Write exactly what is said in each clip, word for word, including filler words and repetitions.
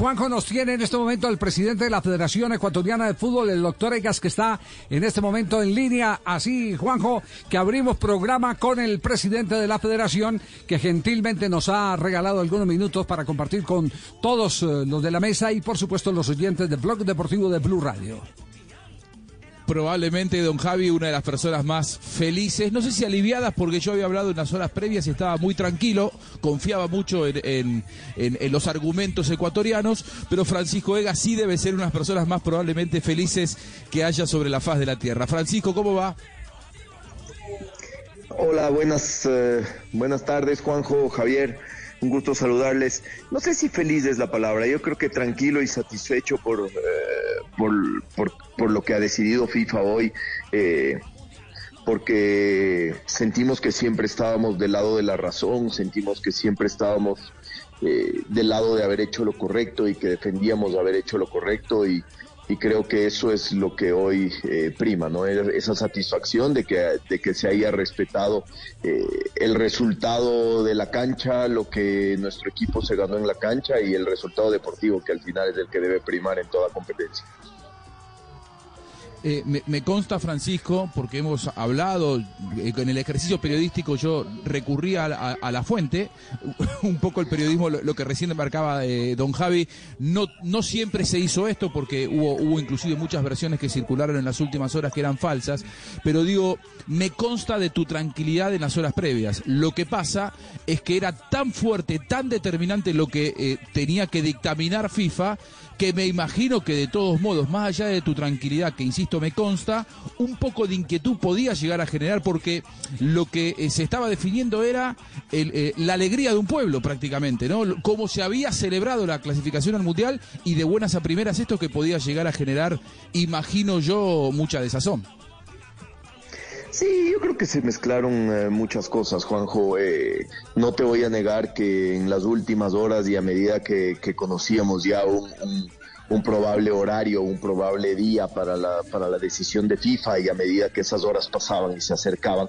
Juanjo nos tiene en este momento el presidente de la Federación Ecuatoriana de Fútbol, el doctor Egas, que está en este momento en línea. Así, Juanjo, que abrimos programa con el presidente de la Federación, que gentilmente nos ha regalado algunos minutos para compartir con todos eh, los de la mesa y, por supuesto, los oyentes del Blog Deportivo de Blue Radio. Probablemente, don Javi, una de las personas más felices, no sé si aliviadas, porque yo había hablado en las horas previas y estaba muy tranquilo, confiaba mucho en, en, en, en los argumentos ecuatorianos, pero Francisco Egas sí debe ser una de las personas más probablemente felices que haya sobre la faz de la tierra. Francisco, ¿cómo va? Hola, buenas, eh, buenas tardes, Juanjo, Javier. Un gusto saludarles. No sé si feliz es la palabra, yo creo que tranquilo y satisfecho por, eh, por, por, por lo que ha decidido FIFA hoy, eh, porque sentimos que siempre estábamos del lado de la razón, sentimos que siempre estábamos eh, del lado de haber hecho lo correcto y que defendíamos haber hecho lo correcto y Y creo que eso es lo que hoy eh, prima, ¿no? Esa satisfacción de que, de que se haya respetado eh, el resultado de la cancha, lo que nuestro equipo se ganó en la cancha y el resultado deportivo, que al final es el que debe primar en toda competencia. Eh, me, me consta, Francisco, porque hemos hablado, eh, en el ejercicio periodístico yo recurrí a, a, a la fuente, un poco el periodismo, lo, lo que recién marcaba eh, don Javi, no, no siempre se hizo esto porque hubo, hubo inclusive muchas versiones que circularon en las últimas horas que eran falsas, pero digo, me consta de tu tranquilidad en las horas previas. Lo que pasa es que era tan fuerte, tan determinante lo que eh, tenía que dictaminar FIFA, que me imagino que de todos modos, más allá de tu tranquilidad, que insisto me consta, un poco de inquietud podía llegar a generar, porque lo que eh, se estaba definiendo era el, eh, la alegría de un pueblo prácticamente, ¿no? Cómo se había celebrado la clasificación al Mundial y de buenas a primeras esto que podía llegar a generar, imagino yo, mucha desazón. Sí, yo creo que se mezclaron eh, muchas cosas, Juanjo. Eh, no te voy a negar que en las últimas horas y a medida que, que conocíamos ya un, un, un probable horario, un probable día para la, para la decisión de FIFA, y a medida que esas horas pasaban y se acercaban,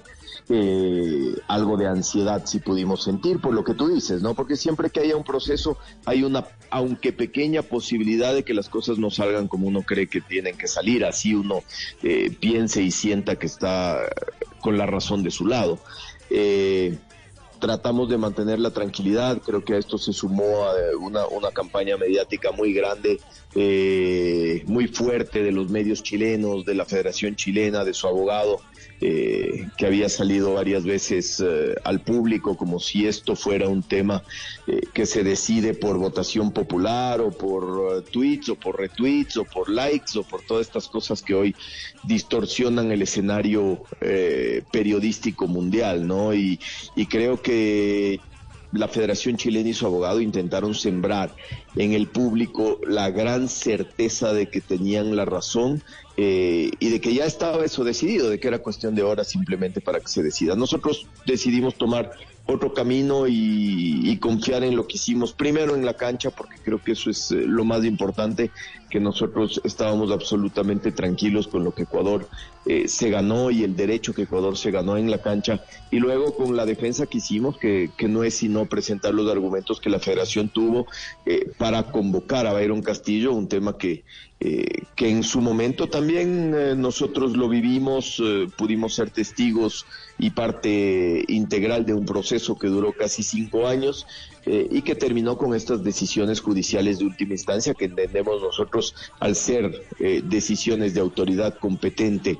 eh, algo de ansiedad sí pudimos sentir, por lo que tú dices, ¿no? Porque siempre que haya un proceso hay una, aunque pequeña, posibilidad de que las cosas no salgan como uno cree que tienen que salir, así uno eh, piense y sienta que está con la razón de su lado. Eh, tratamos de mantener la tranquilidad, creo que a esto se sumó a una, una campaña mediática muy grande, eh, muy fuerte de los medios chilenos, de la Federación Chilena, de su abogado, eh, que había salido varias veces eh, al público como si esto fuera un tema eh, que se decide por votación popular o por uh, tweets o por retweets o por likes o por todas estas cosas que hoy distorsionan el escenario eh, periodístico mundial, ¿no? Y, y creo que la Federación Chilena y su abogado intentaron sembrar en el público la gran certeza de que tenían la razón, eh, y de que ya estaba eso decidido, de que era cuestión de horas simplemente para que se decida. Nosotros decidimos tomar otro camino y, y confiar en lo que hicimos primero en la cancha, porque creo que eso es eh, lo más importante, que nosotros estábamos absolutamente tranquilos con lo que Ecuador eh, se ganó y el derecho que Ecuador se ganó en la cancha, y luego con la defensa que hicimos, que, que no es sino presentar los argumentos que la federación tuvo eh, para convocar a Byron Castillo, un tema que Eh, que en su momento también eh, nosotros lo vivimos, eh, pudimos ser testigos y parte integral de un proceso que duró casi cinco años eh, y que terminó con estas decisiones judiciales de última instancia, que entendemos nosotros al ser eh, decisiones de autoridad competente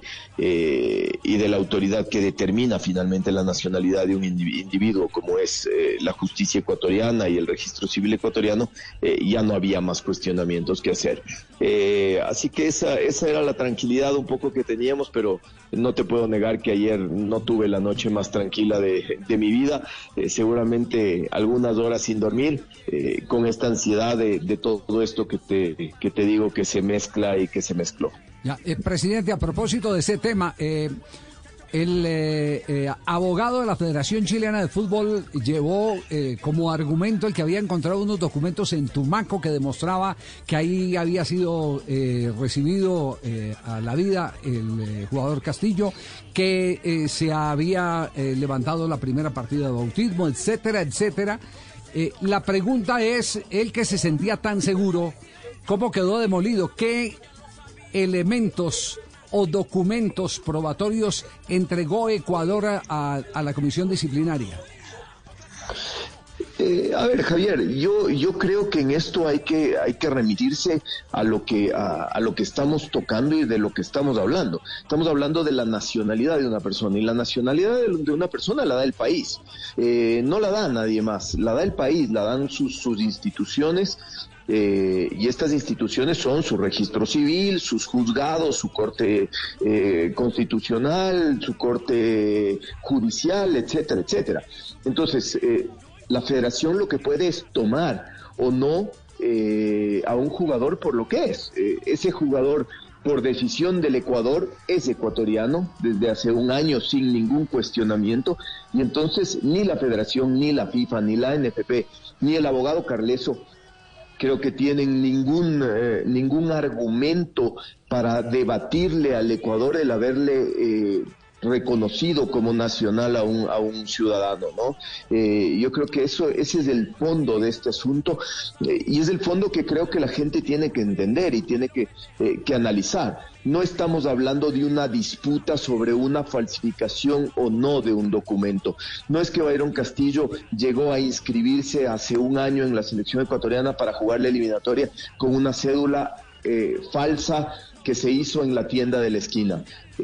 eh, y de la autoridad que determina finalmente la nacionalidad de un individuo, como es eh, la justicia ecuatoriana y el registro civil ecuatoriano, eh, ya no había más cuestionamientos que hacer. Eh, así que esa, esa era la tranquilidad un poco que teníamos, pero no te puedo negar que ayer no tuve la noche más tranquila de, de mi vida, eh, seguramente algunas horas sin dormir, eh, con esta ansiedad de, de todo esto que te, que te digo que se mezcla y que se mezcló. Ya, eh, presidente, a propósito de ese tema, eh, el eh, eh, abogado de la Federación Chilena de Fútbol llevó eh, como argumento el que había encontrado unos documentos en Tumaco que demostraba que ahí había sido eh, recibido eh, a la vida el eh, jugador Castillo, que eh, se había eh, levantado la primera partida de bautismo, etcétera, etcétera. Eh, la pregunta es, él que se sentía tan seguro, ¿cómo quedó demolido? ¿Qué elementos o documentos probatorios entregó Ecuador a, a la comisión disciplinaria? Eh, a ver, Javier, yo yo creo que en esto hay que hay que remitirse a lo que a, a lo que estamos tocando y de lo que estamos hablando. Estamos hablando de la nacionalidad de una persona, y la nacionalidad de, de una persona la da el país, eh, no la da nadie más, la da el país, la dan sus sus instituciones. Eh, y estas instituciones son su registro civil, sus juzgados, su corte eh, constitucional, su corte judicial, etcétera, etcétera. Entonces, eh, la federación lo que puede es tomar o no eh, a un jugador por lo que es. Eh, ese jugador, por decisión del Ecuador, es ecuatoriano desde hace un año sin ningún cuestionamiento, y entonces ni la federación, ni la FIFA, ni la N F P, ni el abogado Carleso creo que tienen ningún eh, ningún argumento para debatirle al Ecuador el haberle eh, reconocido como nacional a un a un ciudadano, ¿no? Eh, yo creo que eso ese es el fondo de este asunto, eh, y es el fondo que creo que la gente tiene que entender y tiene que eh, que analizar. No estamos hablando de una disputa sobre una falsificación o no de un documento. No es que Byron Castillo llegó a inscribirse hace un año en la selección ecuatoriana para jugar la eliminatoria con una cédula eh, falsa que se hizo en la tienda de la esquina.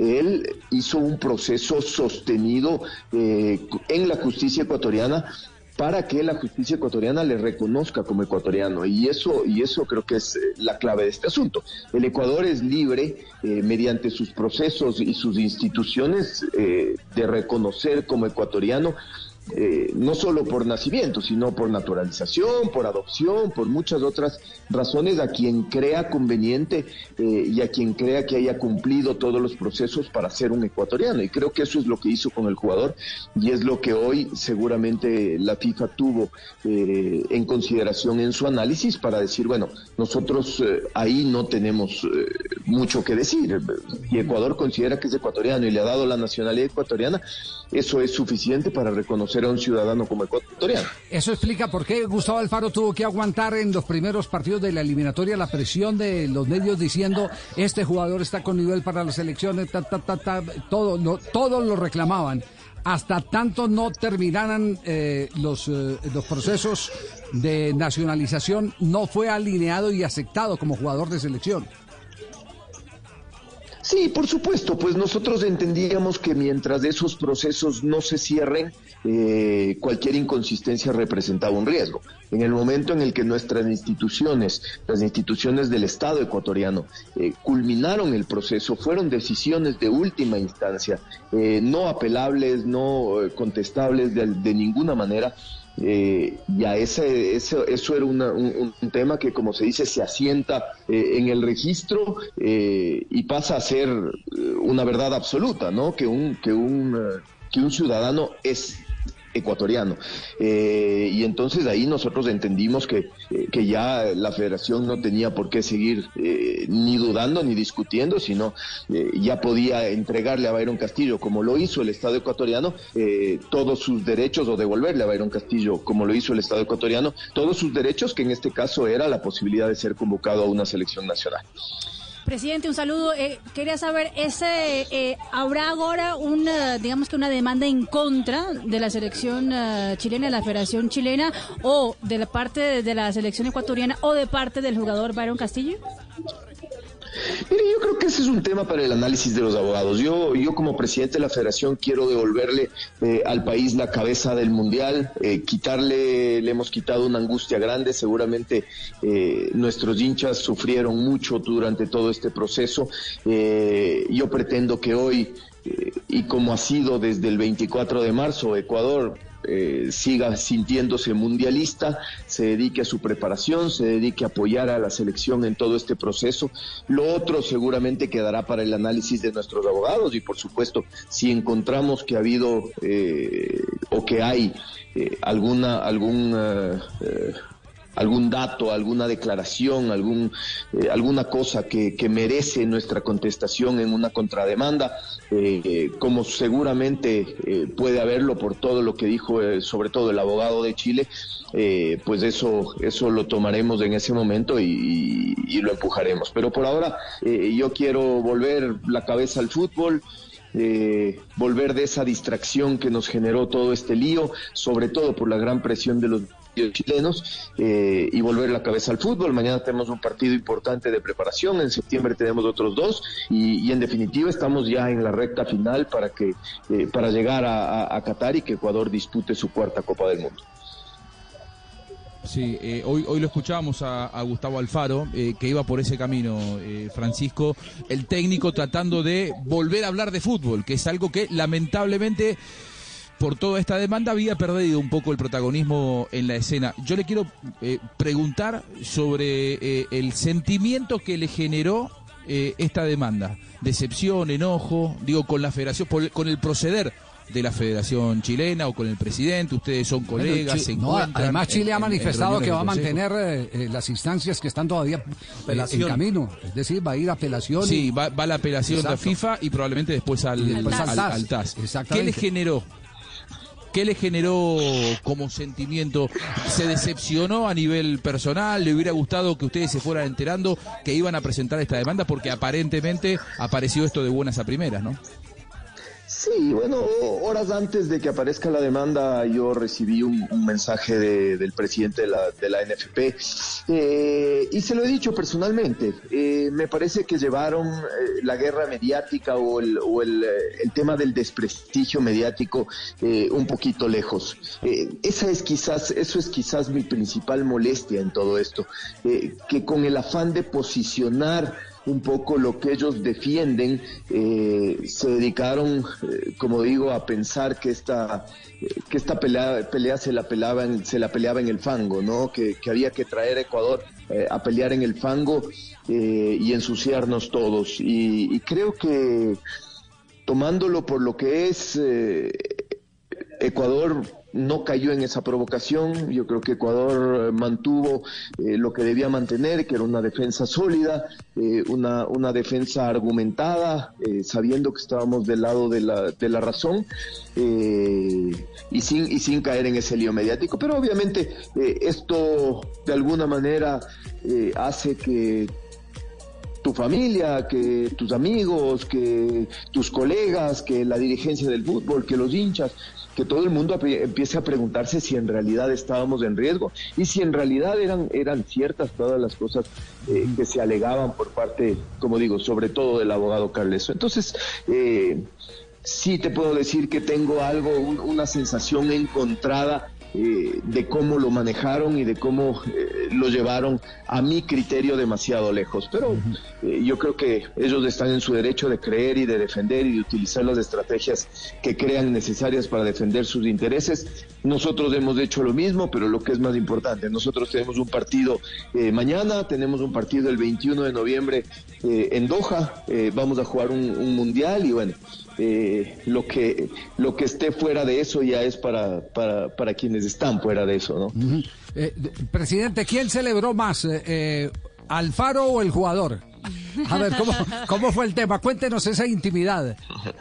Él hizo un proceso sostenido eh, en la justicia ecuatoriana para que la justicia ecuatoriana le reconozca como ecuatoriano, y eso y eso creo que es la clave de este asunto. El Ecuador es libre eh, mediante sus procesos y sus instituciones eh, de reconocer como ecuatoriano, eh, no solo por nacimiento, sino por naturalización, por adopción, por muchas otras razones, a quien crea conveniente eh, y a quien crea que haya cumplido todos los procesos para ser un ecuatoriano. Y creo que eso es lo que hizo con el jugador, y es lo que hoy seguramente la FIFA tuvo eh, en consideración en su análisis para decir, bueno, nosotros eh, ahí no tenemos eh, mucho que decir. Si Ecuador considera que es ecuatoriano y le ha dado la nacionalidad ecuatoriana, eso es suficiente para reconocer a un ciudadano como ecuatoriano. Eso explica por qué Gustavo Alfaro tuvo que aguantar en los primeros partidos de la eliminatoria la presión de los medios diciendo este jugador está con nivel para las selecciones, ta, ta, ta, ta, todo, lo, todos lo reclamaban. Hasta tanto no terminaran eh, los, eh, los procesos de nacionalización, no fue alineado y aceptado como jugador de selección. Sí, por supuesto, pues nosotros entendíamos que mientras esos procesos no se cierren, eh, cualquier inconsistencia representaba un riesgo. En el momento en el que nuestras instituciones, las instituciones del Estado ecuatoriano, eh, culminaron el proceso, fueron decisiones de última instancia, eh, no apelables, no eh, contestables de, de ninguna manera. Eh, ya ese, eso, eso era una, un, un tema que, como se dice, se asienta eh, en el registro eh, y pasa a ser una verdad absoluta, ¿no? Que un que un uh, que un ciudadano es ecuatoriano, eh, y entonces ahí nosotros entendimos que, eh, que ya la federación no tenía por qué seguir eh, ni dudando ni discutiendo, sino eh, ya podía entregarle a Byron Castillo, como lo hizo el Estado ecuatoriano, eh, todos sus derechos, o devolverle a Byron Castillo, como lo hizo el Estado ecuatoriano, todos sus derechos, que en este caso era la posibilidad de ser convocado a una selección nacional. Presidente, un saludo. Eh, quería saber, ese eh, ¿habrá ahora una, digamos que una demanda en contra de la selección uh, chilena, de la Federación Chilena, o de la parte de, de la selección ecuatoriana, o de parte del jugador Byron Castillo? Mire, yo creo que ese es un tema para el análisis de los abogados. Yo, yo como presidente de la federación quiero devolverle eh, al país la cabeza del mundial, eh, quitarle, le hemos quitado una angustia grande. Seguramente eh, nuestros hinchas sufrieron mucho durante todo este proceso. Eh, yo pretendo que hoy, eh, y como ha sido desde el veinticuatro de marzo, Ecuador Eh, siga sintiéndose mundialista, se dedique a su preparación, se dedique a apoyar a la selección en todo este proceso. Lo otro seguramente quedará para el análisis de nuestros abogados, y por supuesto, si encontramos que ha habido eh, o que hay eh, alguna algún eh, algún dato, alguna declaración, algún eh, alguna cosa que, que merece nuestra contestación en una contrademanda, eh, eh, como seguramente eh, puede haberlo por todo lo que dijo eh, sobre todo el abogado de Chile, eh, pues eso eso lo tomaremos en ese momento y, y, y lo empujaremos. Pero por ahora eh, yo quiero volver la cabeza al fútbol, Eh, volver de esa distracción que nos generó todo este lío, sobre todo por la gran presión de los chilenos, eh, y volver la cabeza al fútbol. Mañana tenemos un partido importante de preparación, en septiembre tenemos otros dos, y, y en definitiva estamos ya en la recta final para que eh, para llegar a, a, a Qatar y que Ecuador dispute su cuarta Copa del Mundo. Sí, eh, hoy, hoy lo escuchábamos a, a Gustavo Alfaro, eh, que iba por ese camino, eh, Francisco, el técnico tratando de volver a hablar de fútbol, que es algo que lamentablemente por toda esta demanda había perdido un poco el protagonismo en la escena. Yo le quiero eh, preguntar sobre eh, el sentimiento que le generó eh, esta demanda, decepción, enojo, digo, con la federación, por, con el proceder de la Federación Chilena o con el presidente. Ustedes son colegas, bueno, se no, encuentran. Además Chile en, ha manifestado en que va a mantener eh, eh, las instancias que están todavía eh, en camino, es decir, va a ir a apelación. Sí, y... va, va a la apelación de FIFA y probablemente después al, después al, al, al, al T A S. ¿Qué le generó? ¿Qué le generó como sentimiento? ¿Se decepcionó a nivel personal? ¿Le hubiera gustado que ustedes se fueran enterando que iban a presentar esta demanda? Porque aparentemente apareció esto de buenas a primeras, ¿no? Sí, bueno, horas antes de que aparezca la demanda yo recibí un, un mensaje de, del presidente de la, de la N F P eh, y se lo he dicho personalmente. Eh, me parece que llevaron eh, la guerra mediática o el, o el, el tema del desprestigio mediático eh, un poquito lejos. Eh, esa es quizás, eso es quizás mi principal molestia en todo esto, eh, que con el afán de posicionar un poco lo que ellos defienden, eh, se dedicaron, eh, como digo, a pensar que esta eh, que esta pelea, pelea se la peleaba en, se la peleaba en el fango, ¿no? Que, que había que traer a Ecuador eh, a pelear en el fango eh, y ensuciarnos todos. Y, y creo que tomándolo por lo que es, eh, Ecuador no cayó en esa provocación. Yo creo que Ecuador mantuvo eh, lo que debía mantener, que era una defensa sólida, eh, una, una defensa argumentada, eh, sabiendo que estábamos del lado de la, de la razón, eh, y, sin, y sin caer en ese lío mediático. Pero obviamente eh, esto de alguna manera eh, hace que tu familia, que tus amigos, que tus colegas, que la dirigencia del fútbol, que los hinchas, que todo el mundo empiece a preguntarse si en realidad estábamos en riesgo y si en realidad eran eran ciertas todas las cosas eh, que se alegaban por parte, como digo, sobre todo del abogado Carleso. Entonces, eh, sí te puedo decir que tengo algo, un, una sensación encontrada eh, de cómo lo manejaron y de cómo eh, lo llevaron a mi criterio demasiado lejos. Pero eh, yo creo que ellos están en su derecho de creer y de defender y de utilizar las estrategias que crean necesarias para defender sus intereses. Nosotros hemos hecho lo mismo, pero lo que es más importante, nosotros tenemos un partido eh, mañana, tenemos un partido el veintiuno de noviembre eh, en Doha, eh, vamos a jugar un, un mundial y bueno, Eh, lo que lo que esté fuera de eso ya es para para para quienes están fuera de eso, ¿no? Uh-huh. eh, presidente, ¿quién celebró más, eh, eh, Alfaro o el jugador? A ver, ¿cómo cómo fue el tema? Cuéntenos esa intimidad.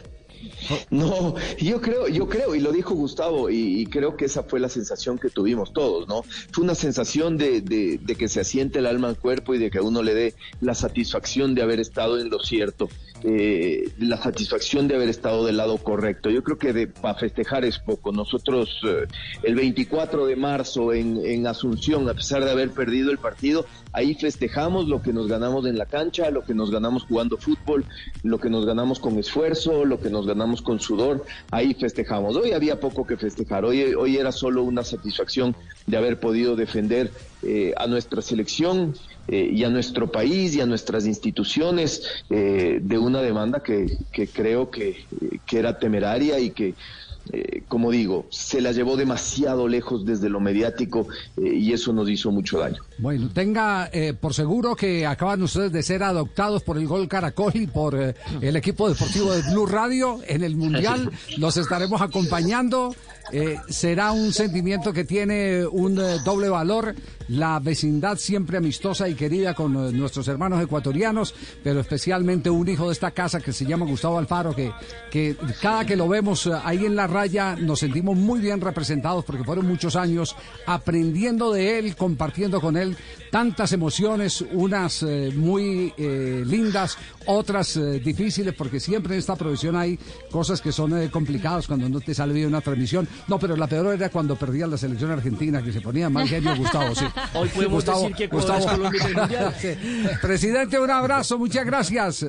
No, yo creo, yo creo, y lo dijo Gustavo, y, y creo que esa fue la sensación que tuvimos todos, ¿no? Fue una sensación de, de, de que se asiente el alma al cuerpo y de que a uno le dé la satisfacción de haber estado en lo cierto, eh, la satisfacción de haber estado del lado correcto. Yo creo que para festejar es poco. Nosotros eh, el veinticuatro de marzo en, en Asunción, a pesar de haber perdido el partido, ahí festejamos lo que nos ganamos en la cancha, lo que nos ganamos jugando fútbol, lo que nos ganamos con esfuerzo, lo que nos ganamos con sudor, ahí festejamos. Hoy había poco que festejar, hoy, hoy era solo una satisfacción de haber podido defender eh, a nuestra selección eh, y a nuestro país y a nuestras instituciones eh, de una demanda que, que creo que, que era temeraria y que, eh, como digo, se la llevó demasiado lejos desde lo mediático eh, y eso nos hizo mucho daño. Bueno, tenga eh, por seguro que acaban ustedes de ser adoptados por el Gol Caracol y por eh, el equipo deportivo de Blue Radio en el Mundial. Los estaremos acompañando. Eh, será un sentimiento que tiene un eh, doble valor, la vecindad siempre amistosa y querida con eh, nuestros hermanos ecuatorianos, pero especialmente un hijo de esta casa que se llama Gustavo Alfaro, que, que cada que lo vemos eh, ahí en la raya nos sentimos muy bien representados porque fueron muchos años aprendiendo de él, compartiendo con él tantas emociones, unas eh, muy eh, lindas, otras eh, difíciles, porque siempre en esta profesión hay cosas que son eh, complicadas cuando no te sale bien una transmisión. No, pero la peor era cuando perdía la selección argentina, que se ponía mal genio Gustavo, sí. Hoy podemos Gustavo, decir que Gustavo, es Colombia en el Mundial. sí. Presidente, un abrazo, muchas gracias.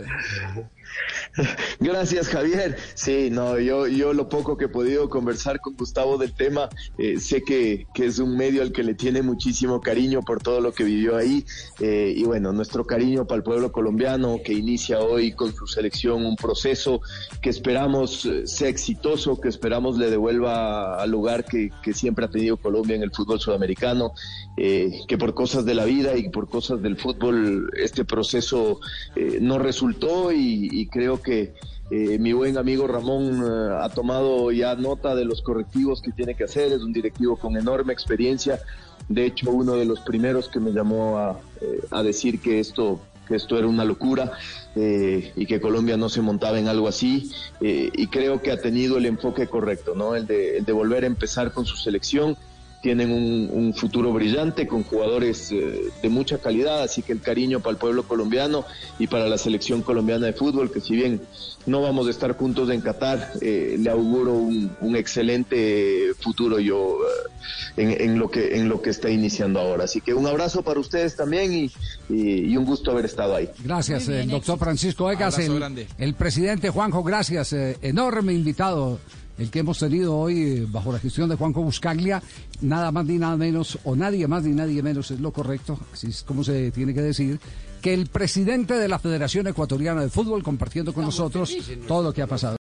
Gracias, Javier. Sí, no, yo, yo lo poco que he podido conversar con Gustavo del tema, eh, sé que, que es un medio al que le tiene muchísimo cariño por todo lo que vivió ahí, eh, y bueno, nuestro cariño para el pueblo colombiano que inicia hoy con su selección un proceso que esperamos eh, sea exitoso, que esperamos le devuelva al lugar que, que siempre ha tenido Colombia en el fútbol sudamericano, eh, que por cosas de la vida y por cosas del fútbol este proceso eh, no resultó y, y creo que eh, mi buen amigo Ramón eh, ha tomado ya nota de los correctivos que tiene que hacer. Es un directivo con enorme experiencia, de hecho uno de los primeros que me llamó a, eh, a decir que esto que esto era una locura eh, y que Colombia no se montaba en algo así, eh, y creo que ha tenido el enfoque correcto, ¿no? El de, el de volver a empezar con su selección. Tienen un, un futuro brillante con jugadores eh, de mucha calidad, así que el cariño para el pueblo colombiano y para la selección colombiana de fútbol, que si bien no vamos a estar juntos en Qatar, eh, le auguro un, un excelente futuro yo eh, en, en lo que en lo que está iniciando ahora. Así que un abrazo para ustedes también y, y, y un gusto haber estado ahí. Gracias, bien, el doctor Francisco Egas, el, el presidente Juanjo, gracias, eh, enorme invitado el que hemos tenido hoy bajo la gestión de Juanjo Buscaglia, nada más ni nada menos, o nadie más ni nadie menos, es lo correcto, así es como se tiene que decir, que el presidente de la Federación Ecuatoriana de Fútbol, compartiendo con nosotros todo lo que ha pasado.